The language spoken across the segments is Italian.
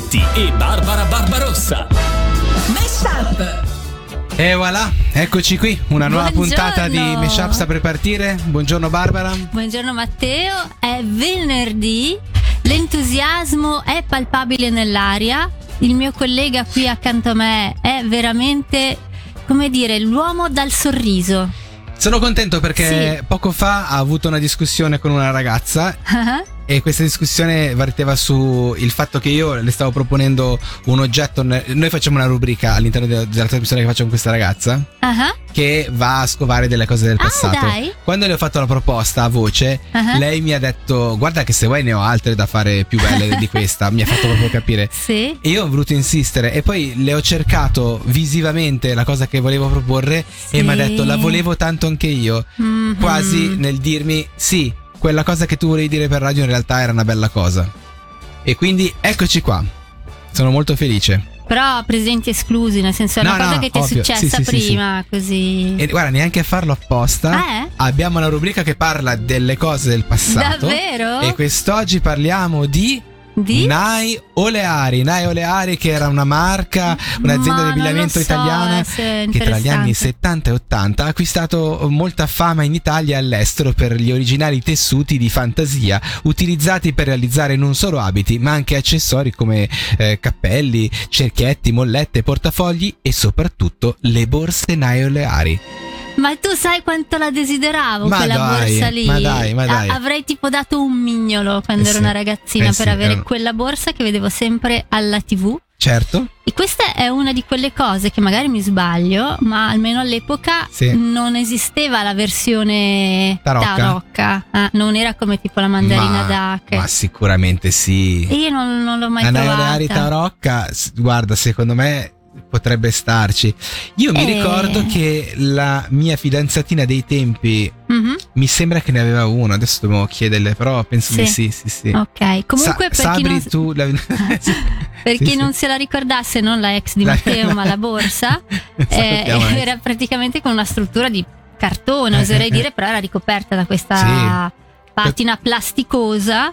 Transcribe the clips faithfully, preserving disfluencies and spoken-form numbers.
Giannuzzetti e Barbara Barbarossa. Mashup. E voilà, eccoci qui, una nuova Buongiorno. puntata di Mashup sta per partire. Buongiorno Barbara. Buongiorno Matteo, è venerdì, l'entusiasmo è palpabile nell'aria, il mio collega qui accanto a me è veramente, come dire, l'uomo dal sorriso. Sono contento perché Sì. poco fa ha avuto una discussione con una ragazza Uh-huh. e questa discussione verteva su il fatto che io le stavo proponendo un oggetto. Noi facciamo una rubrica all'interno della, della trasmissione che faccio con questa ragazza Uh-huh. che va a scovare delle cose del Ah, passato. dai. Quando le ho fatto la proposta a voce, Uh-huh. lei mi ha detto: guarda che se vuoi ne ho altre da fare più belle di questa. Mi ha fatto proprio capire. Sì. E io ho voluto insistere e poi le ho cercato visivamente la cosa che volevo proporre Sì. e mi ha detto: la volevo tanto anche io, Mhm. quasi nel dirmi sì, quella cosa che tu volevi dire per radio in realtà era una bella cosa. E quindi eccoci qua, sono molto felice. Però presenti esclusi, nel senso è una No, cosa no, che ti è ovvio. successa Sì, sì, sì, prima, così. E guarda, neanche a farlo apposta. Ah, eh? Abbiamo una rubrica che parla delle cose del passato. Davvero? E quest'oggi parliamo di Di? Nai Oleari. Nai Oleari, che era una marca, un'azienda Ma di abbigliamento non lo so, italiana se è che tra gli anni interessante. settanta e ottanta ha acquistato molta fama in Italia e all'estero per gli originali tessuti di fantasia utilizzati per realizzare non solo abiti ma anche accessori come eh, cappelli, cerchietti, mollette, portafogli e soprattutto le borse Nai Oleari. Ma tu sai quanto la desideravo Ma quella dai, borsa lì? ma dai, ma dai. A- avrei tipo dato un mignolo quando Eh ero sì, una ragazzina eh per sì, avere era- quella borsa che vedevo sempre alla tivù. Certo. E questa è una di quelle cose che magari mi sbaglio, ma almeno all'epoca Sì. non esisteva la versione Tarocca? tarocca. Ah, non era come tipo la mandarina ma, d'Ache. ma sicuramente sì. E io non, non l'ho mai La Nai trovata. Oleari Tarocca, s- guarda, secondo me potrebbe starci. Io mi Eh. ricordo che la mia fidanzatina dei tempi, Mhm. mi sembra che ne aveva uno, adesso dobbiamo chiederle, però penso di sì, sì, sì. Ok, comunque Sa- per chi Sabri, non... tu la- sì. Per Sì, chi sì. non se la ricordasse, non la ex di La- Matteo, ma la borsa, eh, Salutiamo, eh. era praticamente con una struttura di cartone, Eh, oserei eh, dire, però era ricoperta da questa Sì. patina plasticosa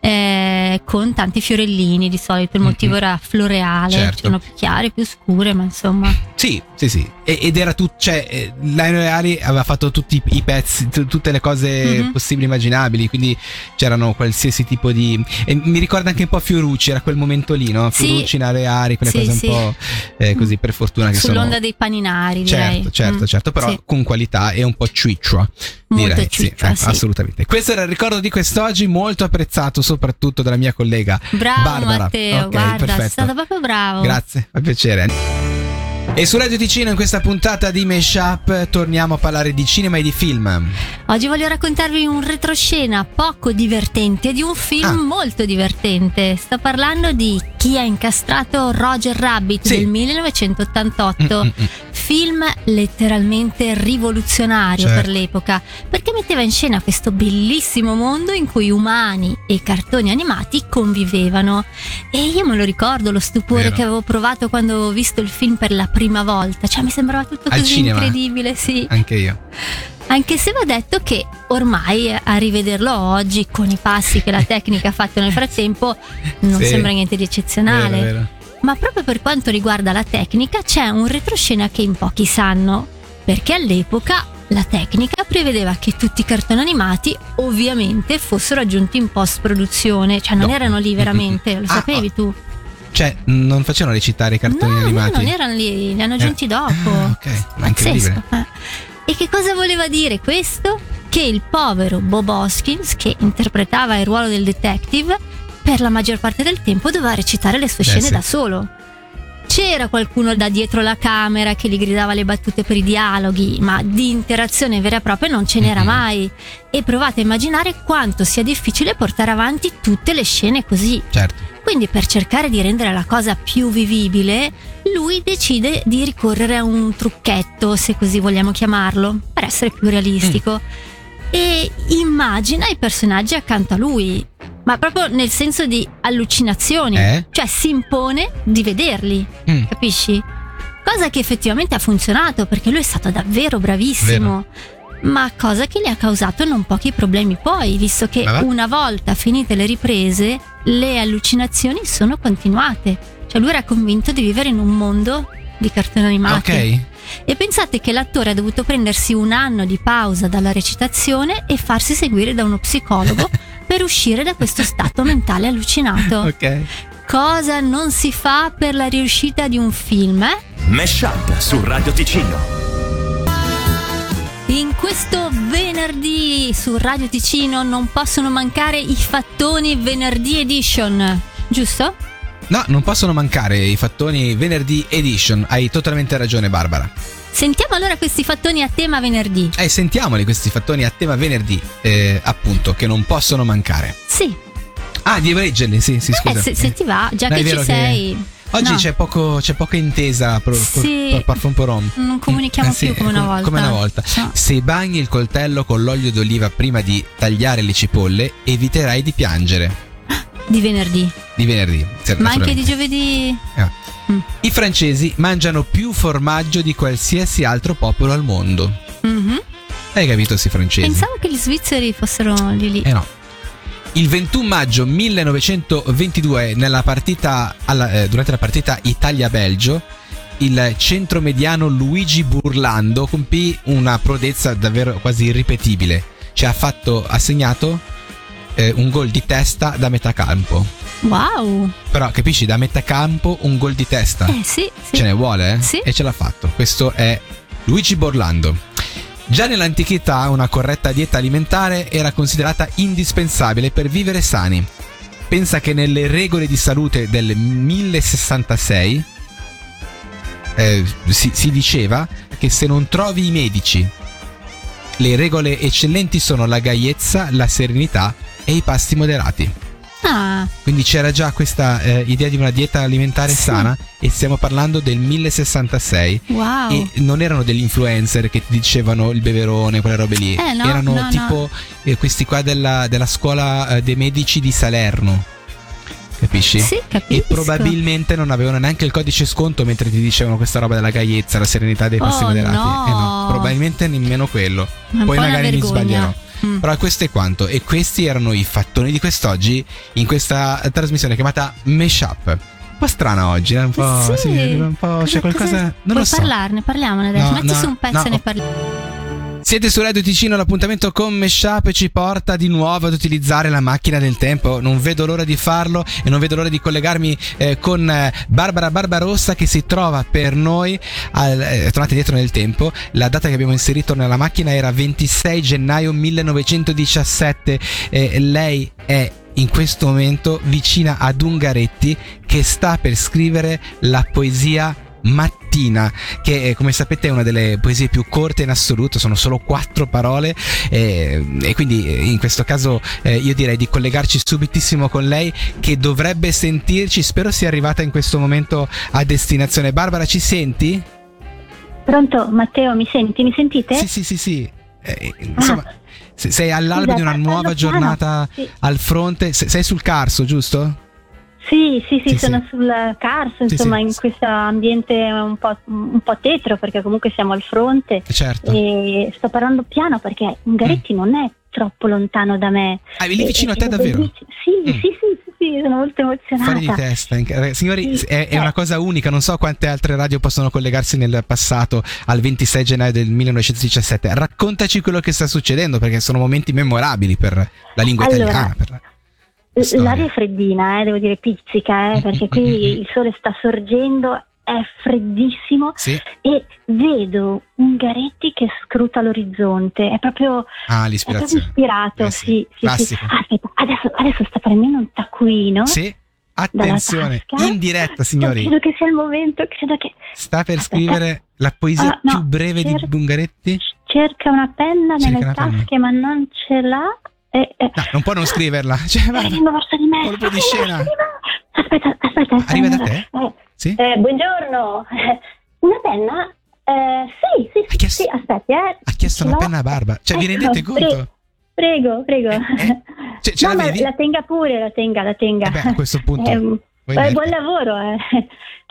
eh, con tanti fiorellini. Di solito il motivo Mm-mm. era floreale, Certo. c'erano più chiare, più scure, ma insomma. Sì, sì, sì. E- ed era tutto, cioè, eh, la Nai Oleari aveva fatto tutti i, i pezzi, t- tutte le cose Mhm. possibili e immaginabili, quindi c'erano qualsiasi tipo di. E mi ricorda anche un po' Fiorucci, era quel momento lì, no? Sì. Fiorucci, Nai Oleari, quelle Sì, cose un sì. po' eh, così, per fortuna che Sull'onda sono. dei paninari, direi. Certo, certo, Mm. certo, però Sì. con qualità e un po' ciccia. Molto Direi, ciccia, sì, eh, sì. assolutamente. Questo era il ricordo di quest'oggi, molto apprezzato soprattutto dalla mia collega Bravo Barbara. Matteo, Ok, guarda, sei perfetto. stato proprio bravo. Grazie, fa piacere. E su Radio Ticino in questa puntata di Mashup torniamo a parlare di cinema e di film. Oggi voglio raccontarvi un retroscena poco divertente di un film Ah. molto divertente. Sto parlando di Chi ha incastrato Roger Rabbit Sì. del millenovecentottantotto. Mm, mm, mm. Film letteralmente rivoluzionario Certo. per l'epoca, perché metteva in scena questo bellissimo mondo in cui umani e cartoni animati convivevano. E io me lo ricordo lo stupore Vero. che avevo provato quando avevo visto il film per la prima volta. Cioè mi sembrava tutto Al così cinema? incredibile, sì. Anche io. Anche se va detto che ormai a rivederlo oggi, con i passi che la tecnica ha fatto nel frattempo, non Sì. sembra niente di eccezionale. Vero, vero. Ma proprio per quanto riguarda la tecnica c'è un retroscena che in pochi sanno, perché all'epoca la tecnica prevedeva che tutti i cartoni animati ovviamente fossero aggiunti in post produzione, cioè non No. erano lì veramente, lo Ah, sapevi ah. tu? Cioè, non facevano recitare i cartoni no, animati? no, non erano lì, li hanno aggiunti Eh. dopo. Ah, ok, ma incredibile. Pazzesco. eh. E che cosa voleva dire questo? Che il povero Bob Hoskins, che interpretava il ruolo del detective, per la maggior parte del tempo doveva recitare le sue Eh, scene sì. da solo. C'era qualcuno da dietro la camera che gli gridava le battute per i dialoghi, ma di interazione vera e propria non ce n'era Mhm. mai. E provate a immaginare quanto sia difficile portare avanti tutte le scene così. Certo. Quindi, per cercare di rendere la cosa più vivibile, lui decide di ricorrere a un trucchetto, se così vogliamo chiamarlo, per essere più realistico. E immagina i personaggi accanto a lui, ma proprio nel senso di allucinazioni. Eh? Cioè si impone di vederli, Mm. capisci? Cosa che effettivamente ha funzionato, perché lui è stato davvero bravissimo. ma cosa che gli ha causato non pochi problemi poi, visto che una volta finite le riprese le allucinazioni sono continuate. Cioè lui era convinto di vivere in un mondo di cartoni animati. Ok. E pensate che l'attore ha dovuto prendersi un anno di pausa dalla recitazione e farsi seguire da uno psicologo per uscire da questo stato mentale allucinato. Ok. Cosa non si fa per la riuscita di un film, eh? Mashup su Radio Ticino. In questo venerdì su Radio Ticino non possono mancare i Fattoni Venerdì Edition, giusto? No, non possono mancare i Fattoni Venerdì Edition. Hai totalmente ragione, Barbara. Sentiamo allora questi fattoni a tema venerdì. Eh, sentiamoli questi fattoni a tema venerdì, eh, appunto, che non possono mancare. Sì. Ah, devo leggerli, sì, sì, scusa. Eh, se, se ti va, già No, che è ci vero sei. che oggi No. c'è poco c'è poca intesa pro, Sì. pro, pro, pro, pro, Non comunichiamo Eh, sì, più come una volta. Come una volta. No. Se bagni il coltello con l'olio d'oliva prima di tagliare le cipolle, eviterai di piangere. Di venerdì. Di venerdì. sì, Ma anche naturalmente. di giovedì. Eh. Mm. I francesi mangiano più formaggio di qualsiasi altro popolo al mondo. Mhm. Hai capito, sì, francesi? Pensavo che gli svizzeri fossero lì lì. Eh no. Il ventuno maggio millenovecentoventidue, nella partita alla, eh, durante la partita Italia-Belgio, il centromediano Luigi Burlando compì una prodezza davvero quasi irripetibile. Cioè ha fatto ha segnato eh, un gol di testa da metà campo. Wow. Però capisci, da metà campo un gol di testa. Eh sì, sì. Ce ne vuole, eh? Sì. E ce l'ha fatto. Questo è Luigi Burlando. Già nell'antichità una corretta dieta alimentare era considerata indispensabile per vivere sani. Pensa che nelle regole di salute del millesessantasei eh, si, si diceva che se non trovi i medici, le regole eccellenti sono la gaiezza, la serenità e i pasti moderati. Ah, Quindi c'era già questa eh, idea di una dieta alimentare Sì. sana, e stiamo parlando del millesessantasei. wow. E non erano degli influencer che ti dicevano il beverone, quelle robe lì. Eh, no, erano no, tipo eh, questi qua della, della scuola eh, dei medici di Salerno. Capisci? Sì, capisco. E probabilmente non avevano neanche il codice sconto mentre ti dicevano questa roba della gaiezza, la serenità dei passi Oh, moderati. no. Eh no, probabilmente nemmeno quello. Un Poi po' una magari mi vergogna. sbaglierò. Mm. Però questo è quanto. E questi erano i fattoni di quest'oggi in questa trasmissione chiamata Mashup. Un po' strana oggi, eh? un po'. Sì. sì, un po' Cosa- c'è qualcosa. cosa- Non Vuoi lo so. parlarne? Parliamone adesso. No, Metti no, su un pezzo no. e ne parliamo. Siete su Radio Ticino, l'appuntamento con Mashup ci porta di nuovo ad utilizzare la macchina del tempo. Non vedo l'ora di farlo e non vedo l'ora di collegarmi eh, con eh, Barbara Barbarossa, che si trova per noi al, eh, tornate dietro nel tempo. La data che abbiamo inserito nella macchina era ventisei gennaio millenovecentodiciassette. Eh, lei è in questo momento vicina ad Ungaretti, che sta per scrivere la poesia Mattina, che eh, come sapete è una delle poesie più corte in assoluto, sono solo quattro parole, eh, e quindi eh, in questo caso eh, io direi di collegarci subitissimo con lei, che dovrebbe sentirci. Spero sia arrivata in questo momento a destinazione. Barbara, ci senti? Pronto, Matteo, mi senti? Mi sentite? Sì, sì, sì, sì. Eh, insomma, se- sei all'alba Scusa, di una parlo nuova piano. giornata Sì. al fronte. Se- sei sul Carso, giusto? Sì, sì, sì, Sì, sono sì. sul Carso, Sì, insomma, sì. in questo ambiente un po', un po' tetro, perché comunque siamo al fronte. Certo. E sto parlando piano perché Ungaretti non è troppo lontano da me. Ah, è lì E- vicino a e- te è davvero? bellissimo. Sì, Mm. sì, sì, sì, sì, sono molto emozionata. Fuori di testa, inc- ragazzi, signori, Sì, è, è eh. una cosa unica. Non so quante altre radio possono collegarsi nel passato al ventisei gennaio del millenovecentodiciassette. Raccontaci quello che sta succedendo, perché sono momenti memorabili per la lingua Allora, italiana. Per la storia. L'aria è freddina, eh, devo dire pizzica, eh, perché qui il sole sta sorgendo, è freddissimo, Sì. e vedo Ungaretti che scruta l'orizzonte, è proprio, Ah, è proprio l'ispirazione. ispirato, Eh sì, sì, sì, sì. classico. Aspetta, adesso, adesso sta prendendo un taccuino. Sì. Attenzione, tasca. in diretta, signori. Credo che sia il momento, credo che... Sta per Aspetta. scrivere la poesia Ah, no, più breve cer- di Ungaretti. Cerca una penna Cerca nelle una penna. tasche, ma non ce l'ha. E, e... No, non può non scriverla. Cioè, Sta guarda, venendo verso di me. colpo di sta scena. venendo verso di me. Aspetta, aspetta. sta Arriva da venendo- te? Eh, Sì? Eh, buongiorno, Eh, una penna? Eh, sì, sì, Ha sì, chiesto- sì, aspetti, eh. Ha chiesto Ce una l'ho. penna a Barba. Cioè, vi Ecco, rendete pre- conto? Prego, prego. Eh, eh, ce- ce no, ma l'avevi? la tenga pure, la tenga, la tenga. Eh beh, a questo punto Ehm, vuoi eh, mettere? buon lavoro, eh.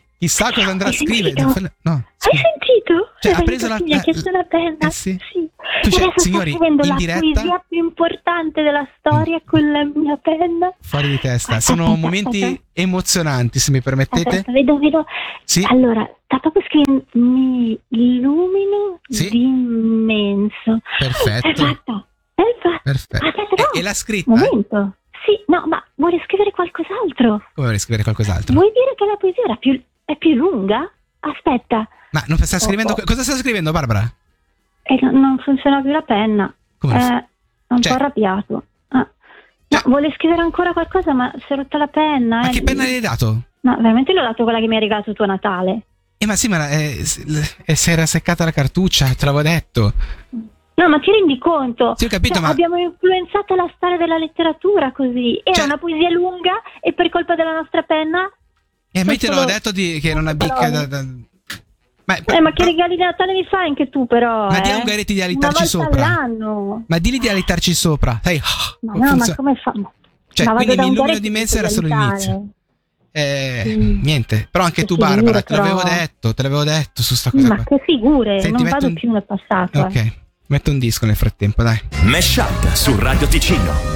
Chissà cosa andrà a Hai scrivere. sentito? No, Hai scusa. sentito? Cioè, È ha preso venuto la- qui, Mi ha chiesto una penna. eh, sì. Tu c'è, Adesso signori, sto scrivendo in la diretta? poesia più importante della storia con la mia penna. Fuori di testa. Sono Aspetta, momenti aspetta. emozionanti, se mi permettete. Aspetta, vedo, vedo. Sì. Allora, sta proprio scrivendo mi illumino Sì. d'immenso. È Perfetto. fatta, è fatta. Perfetto. Aspetta, no. E, e l'ha scritta? Momento. Sì, no, ma vuole scrivere qualcos'altro? Come vorrei scrivere qualcos'altro? Vuoi dire che la poesia era più, è più lunga? Aspetta, Ma non sta scrivendo. Oh, oh. Cosa sta scrivendo, Barbara? eh, no- non funziona più la penna. Come Eh, non- è un Cioè- po' arrabbiato. Ah. Cioè- No, vuole scrivere ancora qualcosa, ma si è rotta la penna. Ma eh. che penna gli hai dato? No, veramente l'ho dato quella che mi ha regalato tuo Natale. Eh, ma sì, ma eh, s- l- eh, si era seccata la cartuccia, te l'avevo detto. No, ma ti rendi conto? Sì, ho capito, Cioè, ma- abbiamo influenzato la storia della letteratura così. Era Cioè- una poesia lunga e per colpa della nostra penna. Eh, ma io te Solo- l'avevo detto di, che era una bicca da. da- Ma, Eh, ma che regali di Natale mi fai anche tu, però? Ma eh? di a Ungaretti di alitarci Una volta sopra. all'anno. Ma dilli di alitarci sopra. Sai, Ma come no, funziona- ma come fa? Cioè, ma vado quindi da mi illumino Ungaretti di me per era solo alitare. l'inizio. Eh, Mm. niente. Però anche Che tu, figure, Barbara, te però. l'avevo detto, te l'avevo detto su sta cosa Ma qua. che figure, Senti, non metto vado un- più nel passato. eh. Ok, metto un disco nel frattempo, dai. Mesh Up su Radio Ticino.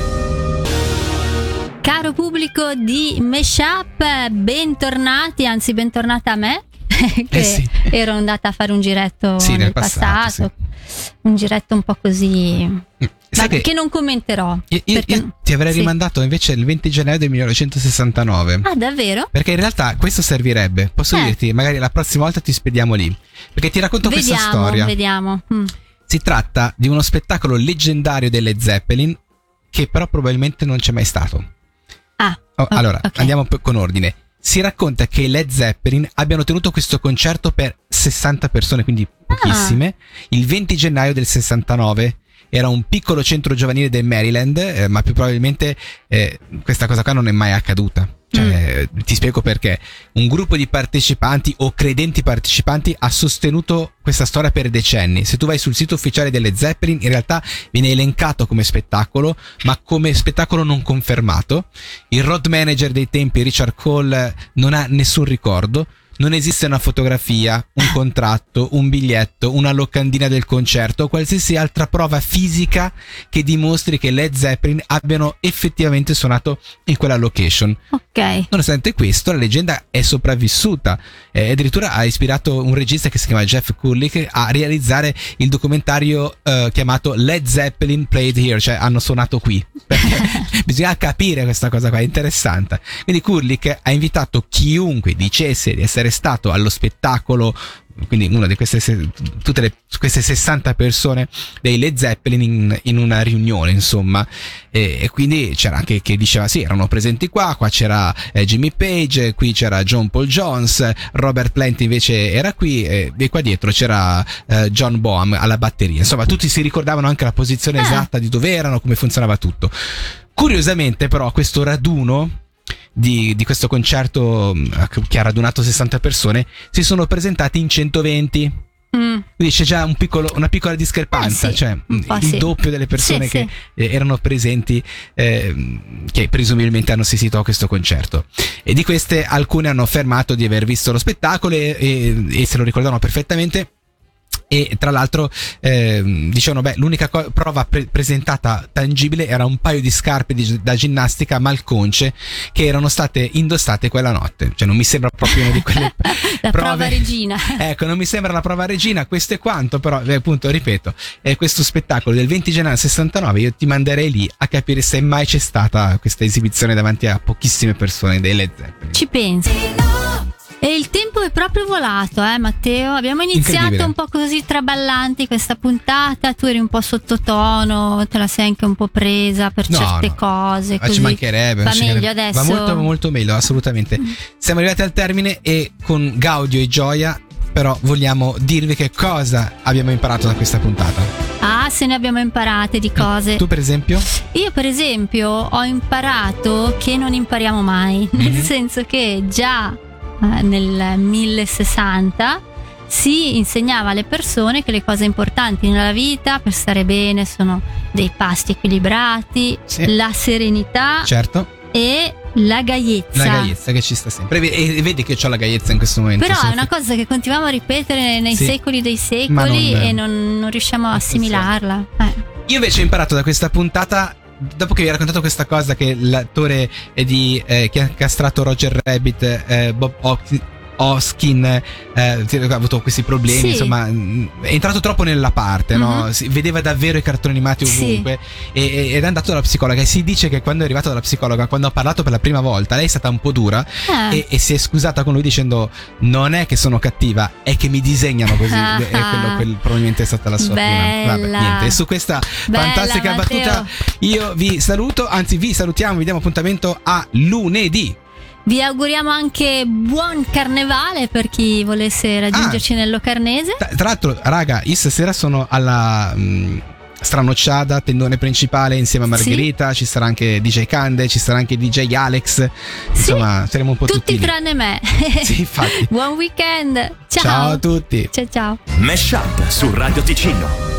Caro pubblico di Meshup, bentornati, anzi bentornata a me, che Eh sì. ero andata a fare un giretto Sì, nel nel passato, passato, un giretto un po' così, Mm. ma Sai che, che non commenterò. io, io- perché- io ti avrei sì. rimandato invece il venti gennaio del millenovecentosessantanove. Ah, davvero? Perché in realtà questo servirebbe. Posso Eh. dirti, magari la prossima volta ti spediamo lì. Perché ti racconto questa Vediamo, storia. vediamo. Mm. Si tratta di uno spettacolo leggendario delle Zeppelin che però probabilmente non c'è mai stato. Ah, Oh, ok, allora, ok. andiamo p- con ordine. Si racconta che i Led Zeppelin abbiano tenuto questo concerto per sessanta persone, quindi pochissime, il venti gennaio del sessantanove. Era un piccolo centro giovanile del Maryland, eh, ma più probabilmente eh, questa cosa qua non è mai accaduta. Cioè, Mm. ti spiego perché. Un gruppo di partecipanti o credenti partecipanti ha sostenuto questa storia per decenni. Se tu vai sul sito ufficiale delle Zeppelin, in realtà viene elencato come spettacolo, ma come spettacolo non confermato. Il road manager dei tempi, Richard Cole, non ha nessun ricordo. Non esiste una fotografia, un contratto, un biglietto, una locandina del concerto o qualsiasi altra prova fisica che dimostri che Led Zeppelin abbiano effettivamente suonato in quella location. Ok. Nonostante questo, la leggenda è sopravvissuta e addirittura ha ispirato un regista che si chiama Jeff Kulick a realizzare il documentario eh, chiamato Led Zeppelin Played Here, cioè hanno suonato qui. Perché bisogna capire questa cosa qua, è interessante. Quindi Kulick ha invitato chiunque dicesse di essere stato allo spettacolo, quindi una di queste se- tutte le, queste sessanta persone dei Led Zeppelin in, in una riunione, insomma, e, e quindi c'era anche che diceva sì, erano presenti qua, qua c'era eh, Jimmy Page, qui c'era John Paul Jones, Robert Plant invece era qui e, e qua dietro c'era eh, John Bonham alla batteria. Insomma, tutti si ricordavano anche la posizione Ah. esatta di dove erano, come funzionava tutto. Curiosamente però questo raduno di, di questo concerto mh, che ha radunato sessanta persone si sono presentati in centoventi. Mm. Quindi c'è già un piccolo, una piccola discrepanza, Eh sì, cioè un po' il sì. doppio delle persone Sì, che sì. eh, erano presenti, eh, che presumibilmente hanno assistito a questo concerto. E di queste alcune hanno affermato di aver visto lo spettacolo e, e, e se lo ricordano perfettamente. E tra l'altro eh, dicevano beh l'unica co- prova pre- presentata tangibile era un paio di scarpe di, da ginnastica malconce che erano state indossate quella notte. Cioè non mi sembra proprio una di quelle La prove. prova regina. Ecco, non mi sembra la prova regina, questo è quanto, però eh, appunto ripeto, è questo spettacolo del venti gennaio sessantanove, io ti manderei lì a capire se mai c'è stata questa esibizione davanti a pochissime persone dei Led Zeppelin. Ci pensi. E il tempo è proprio volato, eh Matteo? Abbiamo iniziato Incredibile. un po' così traballanti questa puntata, tu eri un po' sottotono, te la sei anche un po' presa per No, certe no. cose, Ma così. ci mancherebbe, Va ci meglio mancherebbe. adesso. Va molto molto meglio, assolutamente. Siamo arrivati al termine e con gaudio e gioia però vogliamo dirvi che cosa abbiamo imparato da questa puntata. Ah, se ne abbiamo imparate di cose. Tu per esempio? Io per esempio ho imparato che non impariamo mai, nel Mhm. senso che già eh, nel millesessanta si insegnava alle persone che le cose importanti nella vita per stare bene sono dei pasti equilibrati, Sì. la serenità Certo. e La gaiezza. La gaiezza che ci sta sempre. E vedi che c'ho la gaiezza in questo momento. Però è una cosa che continuiamo a ripetere nei sì. secoli dei secoli non, e non, non riusciamo a assimilarla. Eh. Io invece ho imparato da questa puntata, dopo che vi ho raccontato questa cosa, che l'attore di eh, che ha castrato Roger Rabbit, eh, Bob Hoskins, Hoskin eh, ha avuto questi problemi, sì. insomma è entrato troppo nella parte, mm-hmm. no? Si vedeva davvero i cartoni animati ovunque, sì. e, ed è andato dalla psicologa, e si dice che quando è arrivato dalla psicologa, quando ha parlato per la prima volta, lei è stata un po' dura, ah. e, e si è scusata con lui dicendo: non è che sono cattiva, è che mi disegnano così. Ah. E quello, quel probabilmente è stata la sua Bella. prima. Vabbè, niente. E su questa Bella, fantastica Matteo. battuta io vi saluto, anzi vi salutiamo, vi diamo appuntamento a lunedì. Vi auguriamo anche buon carnevale per chi volesse raggiungerci ah, nel Locarnese. Tra, tra l'altro, raga, io stasera sono alla mh, Stranocciada, tendone principale, insieme a Margherita. Sì. Ci sarà anche D J Cande, ci sarà anche D J Alex. Insomma, sì. saremo un po' tutti, tutti tranne me. Sì, infatti. Buon weekend. Ciao. Ciao a tutti. Ciao ciao. Mesh Up su Radio Ticino.